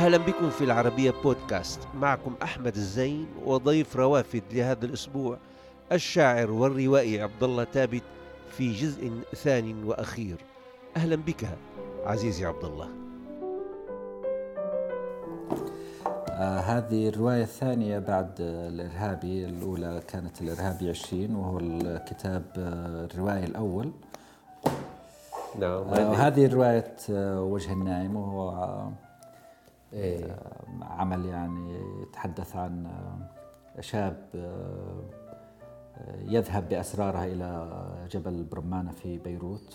أهلا بكم في العربية بودكاست. معكم أحمد الزين، وضيف روافد لهذا الأسبوع الشاعر والروائي عبد الله ثابت في جزء ثاني وأخير. أهلا بك عزيزي عبد الله. هذه الرواية الثانية بعد الإرهابي. الأولى كانت الإرهابي 20 وهو الكتاب الروائي الأول. نعم. هذه رواية وجه النايم، وهو عمل يعني يتحدث عن شاب يذهب بأسراره إلى جبل برمانة في بيروت،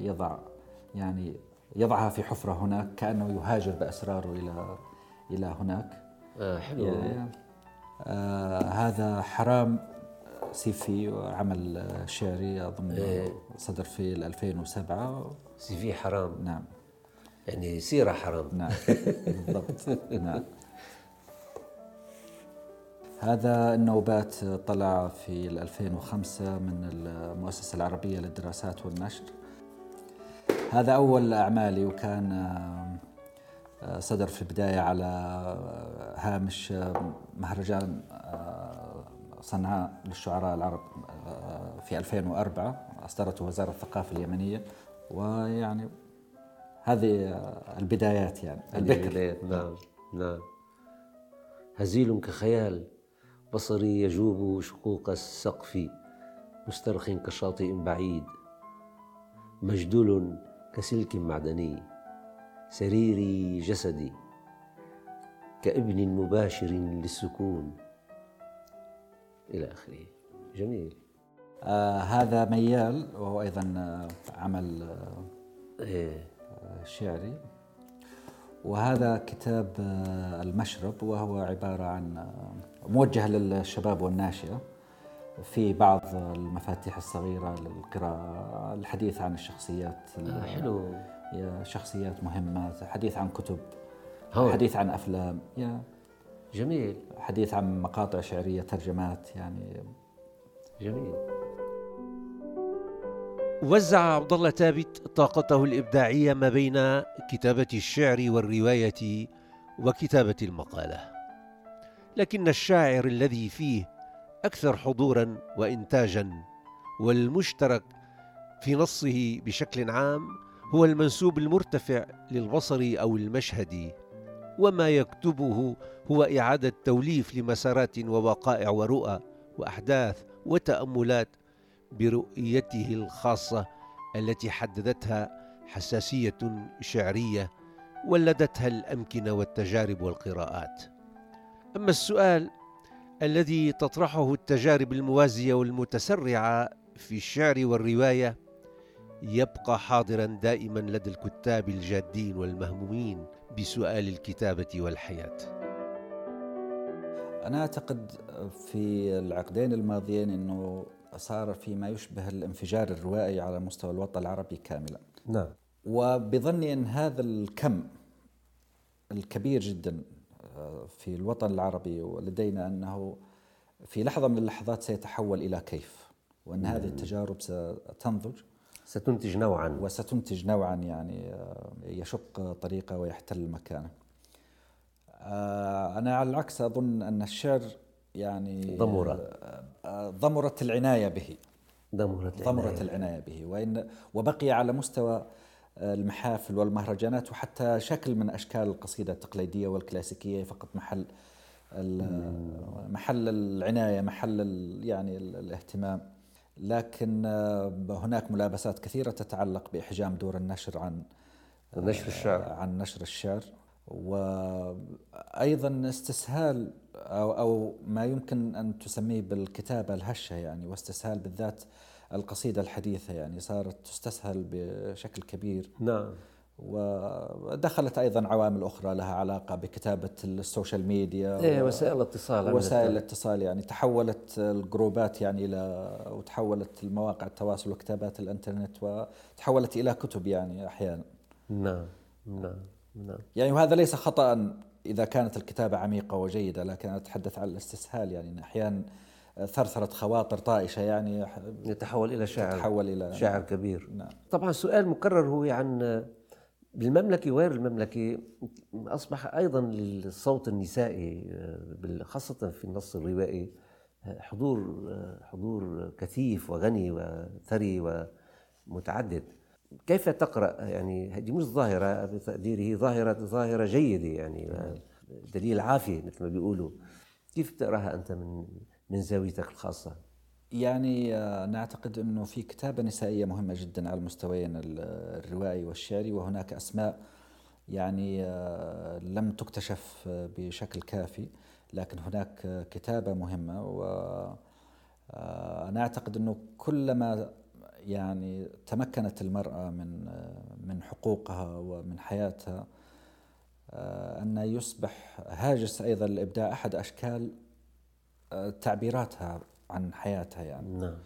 يضعها في حفرة هناك، كأنه يهاجر بأسراره إلى هناك. حلو. هذا حرام سيفي، عمل شعري أظن صدر في 2007. سيفي حرام. نعم، يعني سيرة حرام. نعم بالضبط. نعم. هذا النوبات طلع في 2005 من المؤسسة العربية للدراسات والنشر. هذا أول أعمالي، وكان صدر في البداية على هامش مهرجان صنعاء للشعراء العرب في 2004، أصدرته وزارة الثقافة اليمنية. ويعني هذه البدايات، يعني البكر. نعم. هزيل كخيال بصري يجوب شقوق السقف، مسترخٍ كشاطئ بعيد، مجدول كسلك معدني، سريري جسدي كابن مباشر للسكون، إلى آخره. جميل. هذا ميال، وهو أيضا عمل شعري. وهذا كتاب المشرب، وهو عبارة عن موجه للشباب والناشئة، في بعض المفاتيح الصغيرة للقراءة، الحديث عن الشخصيات. حلو. شخصيات مهمة، حديث عن كتب، حديث عن أفلام. جميل. حديث عن مقاطع شعرية، ترجمات يعني. جميل. وزع عبد الله ثابت طاقته الإبداعية ما بين كتابة الشعر والرواية وكتابة المقالة، لكن الشاعر الذي فيه أكثر حضوراً وإنتاجاً والمشترك في نصه بشكل عام هو المنسوب المرتفع للبصر أو المشهد، وما يكتبه هو إعادة توليف لمسارات ووقائع ورؤى وأحداث وتأملات برؤيته الخاصة التي حددتها حساسية شعرية ولدتها الأمكنة والتجارب والقراءات. أما السؤال الذي تطرحه التجارب الموازية والمتسرعة في الشعر والرواية يبقى حاضرا دائما لدى الكتاب الجادين والمهمومين بسؤال الكتابة والحياة. أنا أعتقد في العقدين الماضيين أنه صار فيما يشبه الانفجار الروائي على مستوى الوطن العربي كاملا. نعم. وبظني أن هذا الكم الكبير جدا في الوطن العربي ولدينا أنه في لحظة من اللحظات سيتحول إلى كيف، وأن هذه التجارب ستنتج نوعا وستنتج نوعا يعني يشق طريقه ويحتل مكانه. أنا على العكس أظن أن الشعر يعني ضمرت العناية به، وبقي على مستوى المحافل والمهرجانات، وحتى شكل من أشكال القصيدة التقليدية والكلاسيكية، فقط محل العناية، محل يعني الاهتمام. لكن هناك ملابسات كثيرة تتعلق بإحجام دور النشر عن نشر الشعر، وأيضا استسهال أو ما يمكن أن تسميه بالكتابة الهشة يعني، واستسهال بالذات القصيدة الحديثة يعني صارت تستسهل بشكل كبير. نعم. ودخلت أيضا عوامل أخرى لها علاقة بكتابة السوشيال ميديا، وسائل الاتصال يعني تحولت الجروبات يعني وتحولت المواقع التواصل وكتابات الانترنت وتحولت إلى كتب يعني أحيانا. نعم. يعني وهذا ليس خطأ إذا كانت الكتابة عميقة وجيدة، لكن أتحدث عن الاستسهال يعني أحيانا ثرثرة خواطر طائشة يعني يتحول إلى شاعر كبير. نعم. طبعا سؤال مكرر هو عن بالمملكة وغير المملكة أصبح أيضا الصوت النسائي خاصة في النص الروائي حضور كثيف وغني وثري ومتعدد. كيف تقرأ يعني هذه مش ظاهرة بتقديري، ظاهرة جيدة يعني دليل عافية مثل ما بيقولوا. كيف بتقرأها أنت من زاويتك الخاصة؟ يعني أنا أعتقد أنه في كتابة نسائية مهمة جدا على المستويين الروائي والشعري، وهناك أسماء يعني لم تكتشف بشكل كافي، لكن هناك كتابة مهمة. وأنا أعتقد أنه كلما يعني تمكنت المرأة من حقوقها ومن حياتها، أن يصبح هاجس أيضا الإبداع أحد أشكال تعبيراتها عن حياتها يعني. نعم.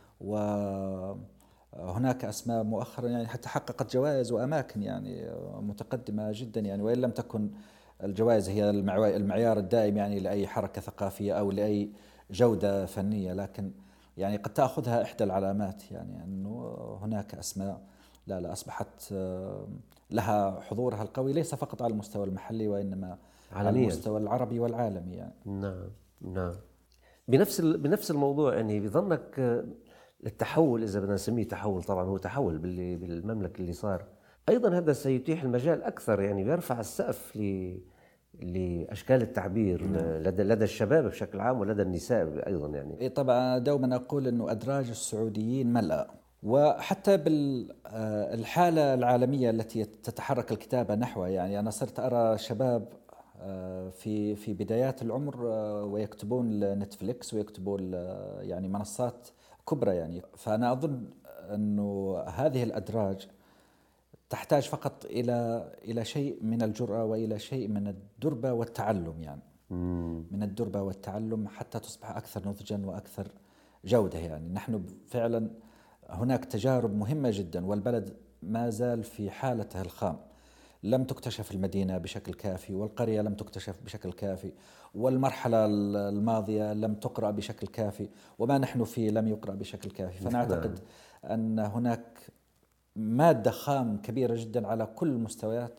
وهناك أسماء مؤخرا يعني حتى حققت جوائز وأماكن يعني متقدمة جدا يعني، وإن لم تكن الجوائز هي المعيار الدائم يعني لأي حركة ثقافية أو لأي جودة فنية، لكن يعني قد تأخذها إحدى العلامات يعني أنه هناك أسماء لا أصبحت لها حضورها القوي ليس فقط على المستوى المحلي وإنما عالميا، على المستوى العربي والعالمي يعني. نعم نعم. بنفس الموضوع يعني بظنك التحول، إذا بدنا نسميه تحول، طبعا هو تحول بالمملكة اللي صار، أيضا هذا سيتيح المجال أكثر يعني بيرفع السقف لأشكال التعبير لدى الشباب بشكل عام ولدى النساء أيضا يعني. طبعا دوما أقول أنه أدراج السعوديين ملأ، وحتى بالحالة العالمية التي تتحرك الكتابة نحوها يعني. أنا صرت أرى شباب في بدايات العمر ويكتبون لنتفليكس ويكتبون يعني منصات كبرى يعني. فأنا أظن أنه هذه الأدراج تحتاج فقط إلى شيء من الجرأة وإلى شيء من الدربة والتعلم يعني. من الدربة والتعلم حتى تصبح أكثر نضجا وأكثر جودة يعني. نحن فعلا هناك تجارب مهمة جدا، والبلد ما زال في حالته الخام. لم تكتشف المدينة بشكل كافي، والقرية لم تكتشف بشكل كافي، والمرحلة الماضية لم تقرأ بشكل كافي، وما نحن فيه لم يقرأ بشكل كافي. فنعتقد أن هناك مادة خام كبيرة جدا على كل المستويات،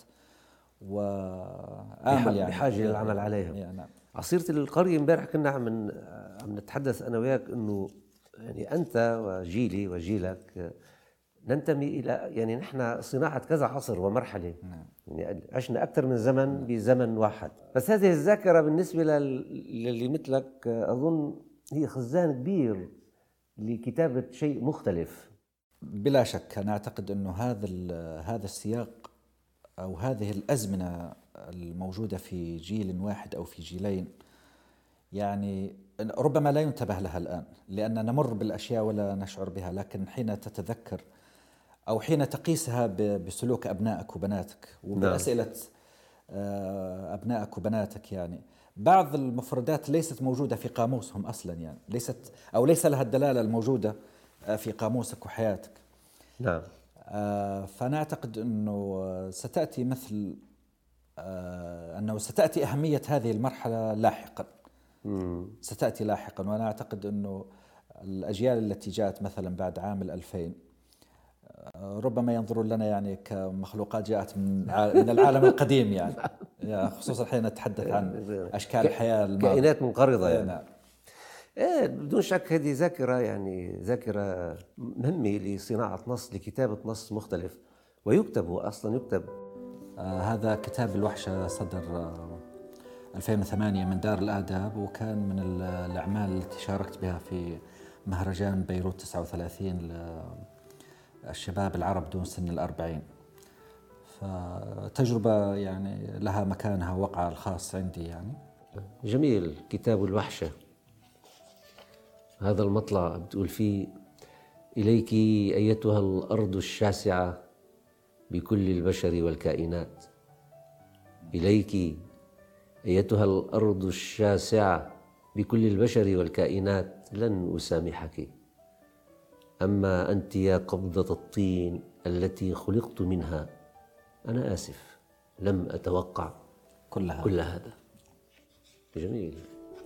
وآمل يعني بحاجة للعمل عليها. نعم. عصيرة القرية امبارح كنا عم نتحدث أنا وياك إنه يعني أنت وجيلي وجيلك ننتمي إلى يعني نحن صناعة كذا عصر ومرحلة. يعني عشنا أكثر من زمن بزمن واحد، بس هذه الذاكرة بالنسبة للي مثلك أظن هي خزان كبير لكتابة شيء مختلف. بلا شك أنا أعتقد أنه هذا السياق أو هذه الأزمنة الموجودة في جيل واحد أو في جيلين يعني ربما لا ينتبه لها الآن، لأن نمر بالأشياء ولا نشعر بها، لكن حين تتذكر أو حين تقيسها بسلوك أبنائك وبناتك وبأسئلة أبنائك وبناتك يعني، بعض المفردات ليست موجودة في قاموسهم أصلا يعني، ليس لها الدلالة الموجودة في قاموسك وحياتك. نعم. فأنا أعتقد أنه ستأتي أهمية هذه المرحلة لاحقا. ستأتي لاحقا، وأنا أعتقد أنه الأجيال التي جاءت مثلا بعد عام 2000 ربما ينظرون لنا يعني كمخلوقات جاءت من العالم القديم يعني خصوصا حين نتحدث عن أشكال الحياة الماضية، كائنات منقرضة يعني. نعم. بدون شك هذه ذاكرة يعني ذاكرة مهمة لصناعة نص، لكتابة نص مختلف ويكتب، هو أصلا يكتب. هذا كتاب الوحشة صدر 2008 من دار الآداب، وكان من الأعمال التي شاركت بها في مهرجان بيروت 39 للشباب العرب دون سن 40، فتجربة يعني لها مكانها ووقعها الخاص عندي يعني. جميل. كتاب الوحشة، هذا المطلع بتقول فيه: إليك أيتها الأرض الشاسعة بكل البشر والكائنات، إليك أيتها الأرض الشاسعة بكل البشر والكائنات، لن أسامحك. أما أنت يا قبضة الطين التي خلقت منها، أنا آسف، لم أتوقع كل هذا. جميل.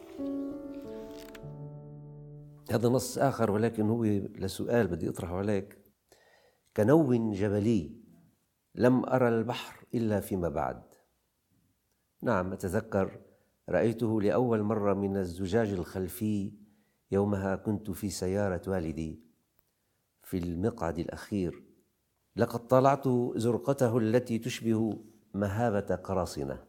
هذا نص آخر، ولكن هو لسؤال بدي أطرحه عليك. كنو جبلي لم أرى البحر إلا فيما بعد. نعم، أتذكر رأيته لأول مرة من الزجاج الخلفي يومها كنت في سيارة والدي في المقعد الأخير. لقد طالعت زرقته التي تشبه مهابة قراصنة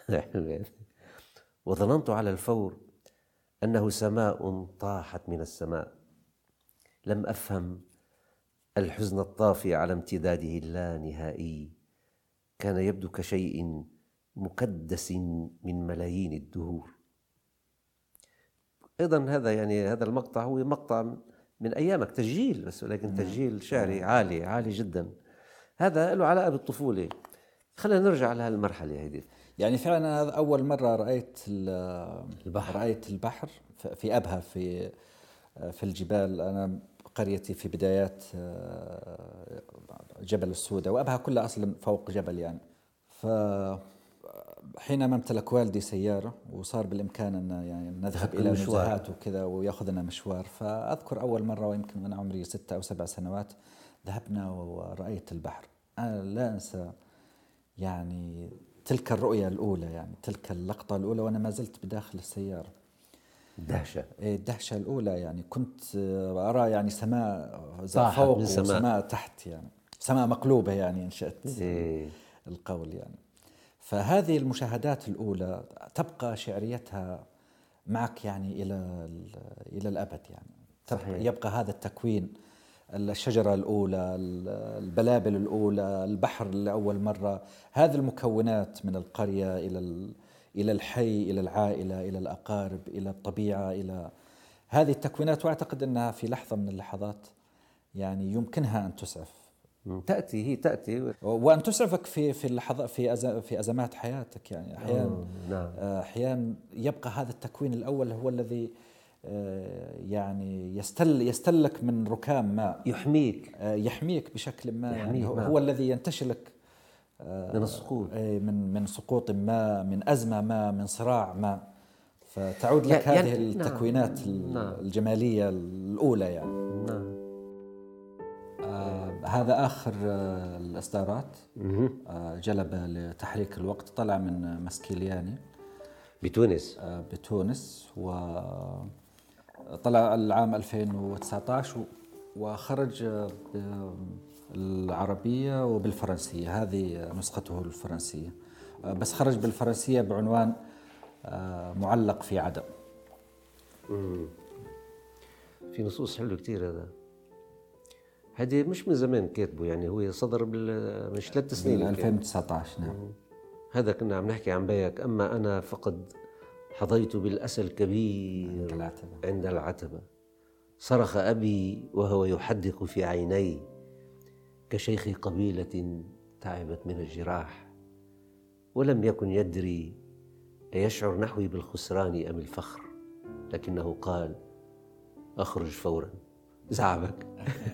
وظننت على الفور أنه سماء طاحت من السماء. لم أفهم الحزن الطافي على امتداده اللانهائي، كان يبدو كشيء مكدس من ملايين الدهور. أيضا هذا المقطع هو مقطع من أيامك، تسجيل بس، ولكن تسجيل شعري عالي عالي جدا. هذا له علاقة بالطفولة. خلينا نرجع لهذه المرحلة هذه. يعني فعلا هذا أول مرة رأيت البحر. رأيت البحر في أبها في الجبال. أنا قريتي في بدايات جبل السودة، وأبها كلها أصلا فوق جبل يعني. فحينما امتلك والدي سيارة وصار بالإمكان أن يعني نذهب إلى نزهات وكذا ويأخذنا مشوار، فأذكر أول مرة ويمكن وأنا عمري 6 أو 7 سنوات ذهبنا ورأيت البحر. أنا لا أنسى يعني تلك الرؤية الأولى، يعني تلك اللقطة الأولى وأنا ما زلت بداخل السيارة. الدهشة الأولى يعني كنت أرى يعني سماء فوق وسماء تحت، يعني سماء مقلوبة يعني إن شئت القول يعني. فهذه المشاهدات الأولى تبقى شعريتها معك يعني إلى الأبد يعني. يبقى هذا التكوين، الشجرة الأولى، البلابل الأولى، البحر لأول مرة، هذه المكونات من القرية إلى الحي، إلى العائلة، إلى الأقارب، إلى الطبيعة، إلى هذه التكوينات. وأعتقد أنها في لحظة من اللحظات يعني يمكنها أن تسعف، تأتي وأن تسعفك في اللحظات، في أزمات حياتك يعني. أحيانا يبقى هذا التكوين الأول هو الذي يعني يستلك من ركام ما، يحميك بشكل ما يعني. هو الذي ينتشلك من السقوط، من سقوط ما، من أزمة ما، من صراع ما، فتعود لك هذه التكوينات الجمالية الأولى يعني. هذا آخر الإصدارات، جلبة لتحريك الوقت، طلع من مسكيلياني بتونس وطلع العام 2019 وخرج بالعربية وبالفرنسية. هذه نسخته الفرنسية، بس خرج بالفرنسية بعنوان معلق في عدم. في نصوص حلو كتير. هذه مش من زمان كاتبه يعني، هو صدر مش 3 سنين 2019. نعم. هذا كنا عم نحكي عن بيك. أما أنا فقد حظيت بالأسى الكبير عند العتبة. صرخ أبي وهو يحدق في عيني كشيخ قبيلة تعبت من الجراح، ولم يكن يدري أيشعر نحوي بالخسران أم الفخر، لكنه قال: أخرج فورا، زعبك.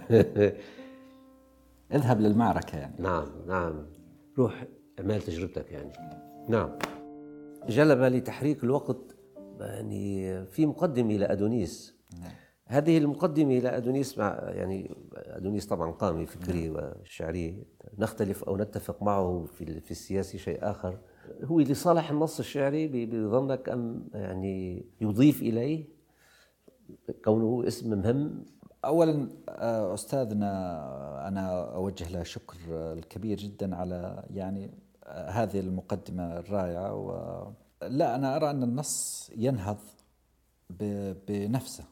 اذهب للمعركة يعني. نعم، روح اعمل تجربتك يعني. نعم. جلب لتحريك الوقت يعني في مقدمة إلى أدونيس. هذه المقدمة إلى أدونيس، يعني أدونيس طبعا قامي فكري وشعري، نختلف أو نتفق معه في السياسي شيء آخر. هو لصالح النص الشعري بظنك أم يعني يضيف إليه كونه اسم مهم؟ أولا أستاذنا أنا أوجه له شكر الكبير جدا على يعني هذه المقدمة الرائعة. ولا أنا أرى أن النص ينهض بنفسه.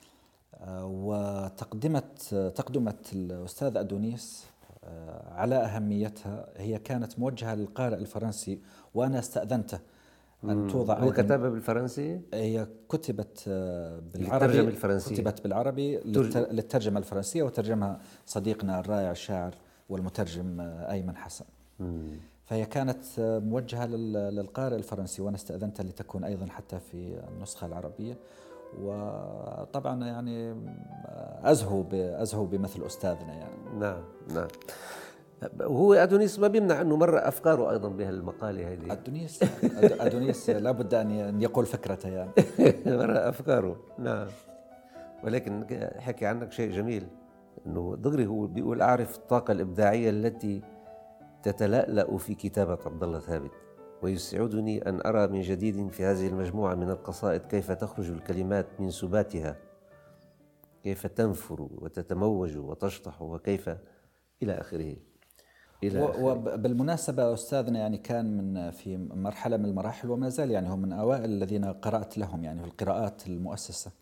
وتقدمة الأستاذ أدونيس على أهميتها هي كانت موجهة للقارئ الفرنسي، وأنا استأذنته أن توضع. هو كتبها بالفرنسي؟ هي كتبت بالعربي، كتبت بالعربي للترجمة الفرنسية، وترجمها صديقنا الرائع الشاعر والمترجم أيمن حسن. فهي كانت موجهة للقارئ الفرنسي، وأنا استأذنت لتكون أيضا حتى في النسخة العربية. وطبعا يعني أزهو بمثل أستاذنا يعني. نعم. وهو أدونيس ما بيمنع أنه مرة أفكاره أيضا بهالمقالة هذه. أدونيس لابد أن يقول فكرته يعني. مرة أفكاره. نعم. ولكن حكي عنك شيء جميل، أنه دغري هو بيقول: أعرف الطاقة الإبداعية التي تتلألأ في كتابة عبد الله ثابت، ويسعدني أن أرى من جديد في هذه المجموعة من القصائد كيف تخرج الكلمات من سباتها، كيف تنفر وتتموج وتشطح، وكيف إلى آخره. وبالمناسبة أستاذنا يعني كان في مرحلة من المراحل وما زال يعني هم من أوائل الذين قرأت لهم يعني في القراءات المؤسسة.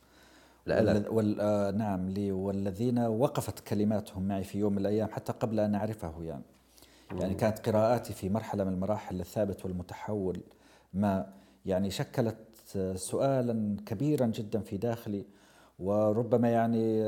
نعم لي، والذين وقفت كلماتهم معي في يوم من الأيام حتى قبل أن أعرفه يعني كانت قراءاتي في مرحلة من المراحل الثابت والمتحول ما يعني شكلت سؤالا كبيرا جدا في داخلي، وربما يعني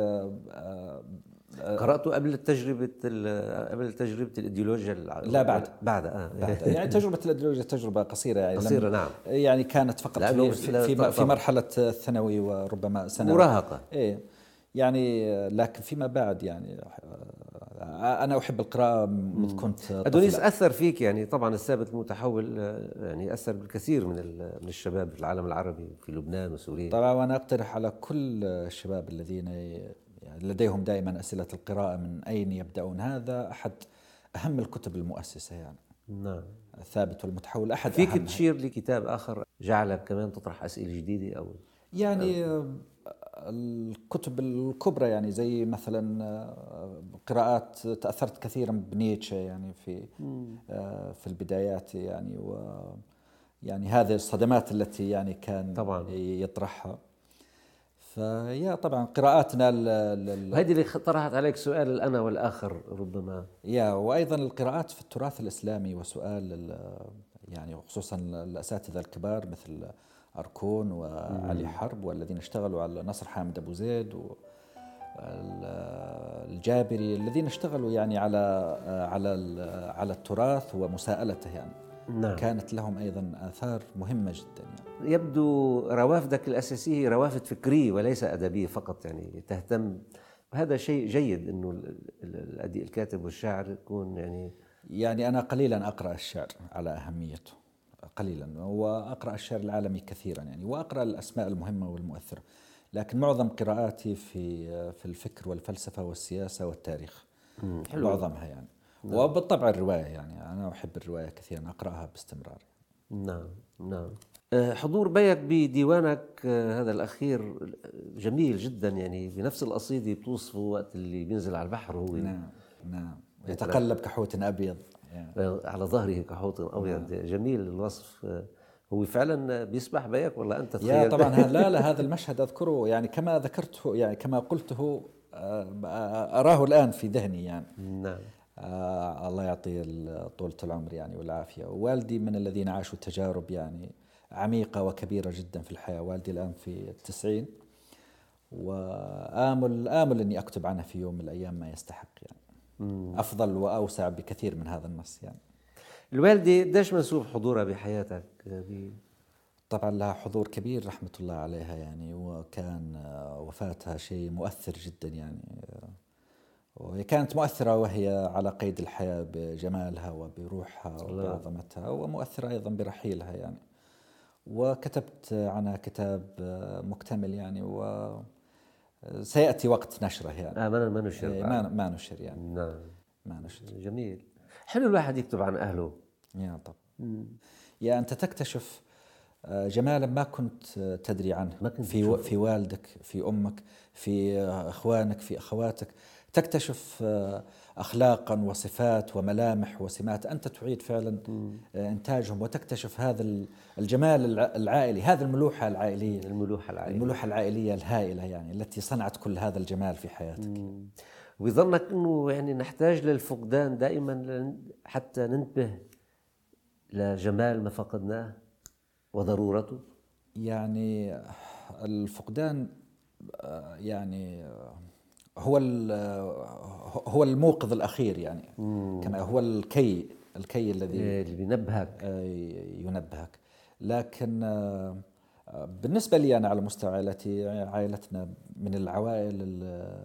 قرأته قبل تجربة الإيديولوجيا. لا بعد يعني تجربة الإيديولوجيا تجربة قصيرة يعني قصيرة نعم، يعني كانت فقط في مرحلة الثانوي وربما سنة مراهقة. إيه يعني، لكن فيما بعد يعني أنا أحب القراءة منذ كنت أدونيس أثر فيك يعني. طبعا الثابت المتحول يعني أثر بالكثير من الشباب في العالم العربي في لبنان وسوريا. طبعا، وأنا أقترح على كل الشباب الذين يعني لديهم دائما أسئلة القراءة من أين يبدأون، هذا أحد أهم الكتب المؤسسة يعني. نعم، الثابت والمتحول أحد. فيك تشير لكتاب آخر جعلك كمان تطرح أسئلة جديدة أو يعني الكتب الكبرى يعني زي مثلا قراءات تأثرت كثيرا بنيتشه يعني في البدايات يعني، يعني هذه الصدمات التي يعني كان طبعا يطرحها. فيا طبعا قراءاتنا وهذه اللي طرحت عليك سؤال الأنا والآخر ربما. وأيضا القراءات في التراث الإسلامي وسؤال يعني خصوصا الأساتذة الكبار مثل أركون وعلي حرب والذين اشتغلوا على نصر حامد أبو زيد والجابري، الذين اشتغلوا يعني على التراث ومساءلته يعني. نعم. كانت لهم أيضا آثار مهمة جدا يعني. يبدو روافدك الأساسية روافد فكرية وليس أدبية فقط يعني، تهتم. هذا شيء جيد إنه الكاتب والشاعر يكون يعني أنا قليلا أقرأ الشعر على أهميته قليلا، وأقرأ الشعر العالمي كثيرا يعني، وأقرأ الأسماء المهمة والمؤثرة، لكن معظم قراءاتي في الفكر والفلسفة والسياسة والتاريخ. حلو. معظمها يعني. نعم. وبالطبع الرواية يعني أنا أحب الرواية كثيرا، أقرأها باستمرار. نعم نعم. حضور بيك بديوانك هذا الأخير جميل جدا يعني، بنفس القصيدة بتوصفه وقت اللي بينزل على البحر هو. نعم نعم. يتقلب كحوت أبيض يعني. على ظهره كحوت أبيض. نعم. جميل الوصف. هو فعلا بيسبح بيك ولا أنت تخيل؟ طبعا لا هذا المشهد أذكره يعني كما ذكرته يعني كما قلته أراه الآن في ذهني يعني. نعم. الله يعطيه طولة العمر يعني والعافية. والدي من الذين عاشوا تجارب يعني عميقة وكبيرة جدا في الحياة. والدي الآن في 90، وآمل أني أكتب عنه في يوم من الأيام ما يستحق يعني. أفضل وأوسع بكثير من هذا النص يعني. الوالدة قديش منسوب حضورها بحياتك؟ طبعا لها حضور كبير رحمة الله عليها يعني، وكان وفاتها شيء مؤثر جدا يعني، وكانت مؤثرة وهي على قيد الحياة بجمالها وبروحها وبعظمتها، ومؤثرة أيضا برحيلها يعني. وكتبت عنها كتاب مكتمل يعني، وسيأتي وقت نشره يعني. ما نشر ما نشر يعني. نعم. ما نشر. جميل. حلو الواحد يكتب عن أهله. طب أنت تكتشف جمالا ما كنت تدري عنه في والدك، في أمك، في أخوانك، في أخواتك. تكتشف أخلاقا وصفات وملامح وسمات أنت تعيد فعلا إنتاجهم، وتكتشف هذا الجمال العائلي، هذه الملوحة العائلية الهائلة يعني، التي صنعت كل هذا الجمال في حياتك. ويظنك أنه يعني نحتاج للفقدان دائما حتى ننتبه لجمال ما فقدناه وضرورته. يعني الفقدان يعني هو الموقظ الأخير يعني. كما هو الكي الذي ينبهك. لكن بالنسبة لي أنا على مستوى عائلتي، عائلتنا من العوائل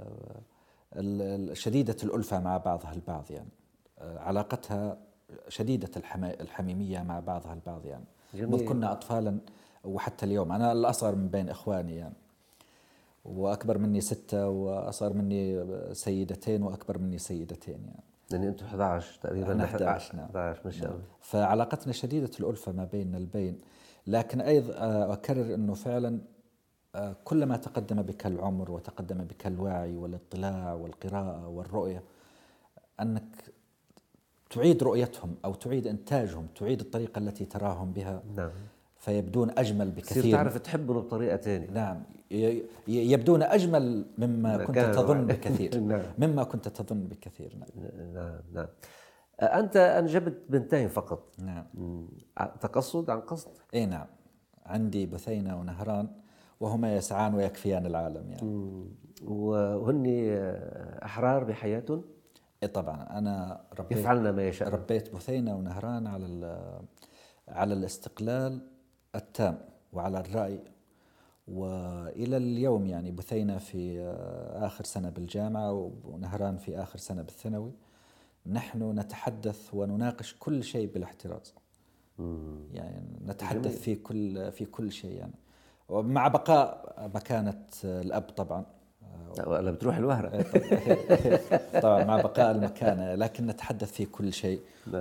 شديدة الألفة مع بعضها البعض يعني. علاقتها شديدة الحميمية مع بعضها البعض يعني. منذ كنا أطفالا وحتى اليوم. أنا الأصغر من بين إخواني يعني، وأكبر مني 6، وأصغر مني سيدتين، وأكبر مني سيدتين يعني. يعني أنتم 11 تقريبا. 11 نعم. 11 ما شاء الله. فعلاقتنا شديدة الألفة ما بين البين، لكن أيضا أكرر أنه فعلا كلما تقدم بك العمر وتقدم بك الوعي والاطلاع والقراءة والرؤية، أنك تعيد رؤيتهم أو تعيد إنتاجهم، تعيد الطريقة التي تراهم بها. نعم. فيبدون أجمل بكثير. تصير تعرف تحبهم بطريقة ثانية. نعم، يبدون أجمل مما كنت تظن بكثير. نعم. مما كنت تظن بكثير. نعم. نعم. أنت أنجبت بنتين فقط. نعم. تقصد عن قصد؟ إيه نعم، عندي بثينة ونهران، وهما يسعان ويكفيان العالم يعني. وهن أحرار بحياتهم؟ إيه طبعا. أنا يفعلن ما يشاء. ربيت بثينة ونهران على الاستقلال التام وعلى الرأي، وإلى اليوم يعني بثينة في آخر سنة بالجامعة ونهران في آخر سنة بالثانوي. نحن نتحدث ونناقش كل شيء بالاحتراز. يعني نتحدث في كل شيء يعني، ومع بقاء مكانة الأب طبعا. ولا بتروح الوهرة. طبعا مع بقاء المكانة، لكن نتحدث في كل شيء.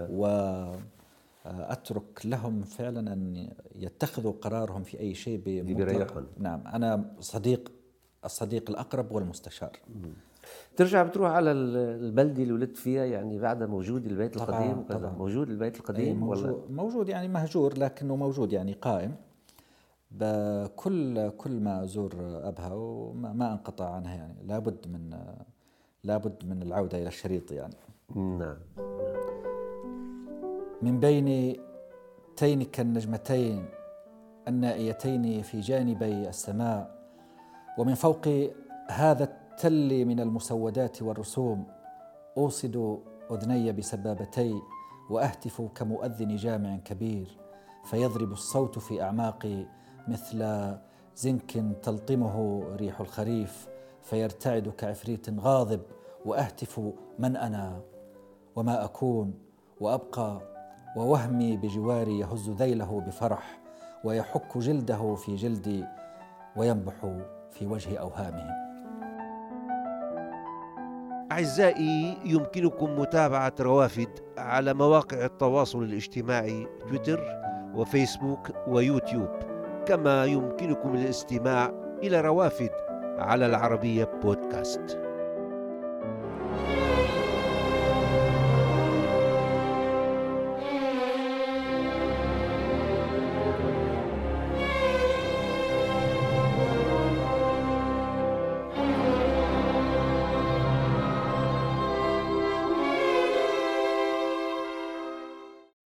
وأترك لهم فعلا أن يتخذوا قرارهم في أي شيء بمطلق. نعم. أنا الصديق الأقرب والمستشار. ترجع بتروح على البلدة اللي ولدت فيها يعني بعدها موجود البيت القديم؟ طبعا. موجود البيت القديم ولا موجود يعني مهجور، لكنه موجود يعني قائم. بكل ما أزور أبها وما أنقطع عنها يعني. لابد من العودة إلى الشريط يعني. نعم. من بين تينك النجمتين النائيتين في جانبي السماء، ومن فوق هذا التل من المسودات والرسوم، أوصد أذني بسبابتي وأهتف كمؤذن جامع كبير، فيضرب الصوت في أعماقي مثل زنك تلطمه ريح الخريف، فيرتعد كعفريت غاضب، وأهتف من أنا وما أكون وأبقى، ووهمي بجواري يهز ذيله بفرح، ويحك جلده في جلدي وينبح في وجه أوهامهم. أعزائي، يمكنكم متابعة روافد على مواقع التواصل الاجتماعي تويتر وفيسبوك ويوتيوب، كما يمكنكم الاستماع إلى روافد على العربية بودكاست.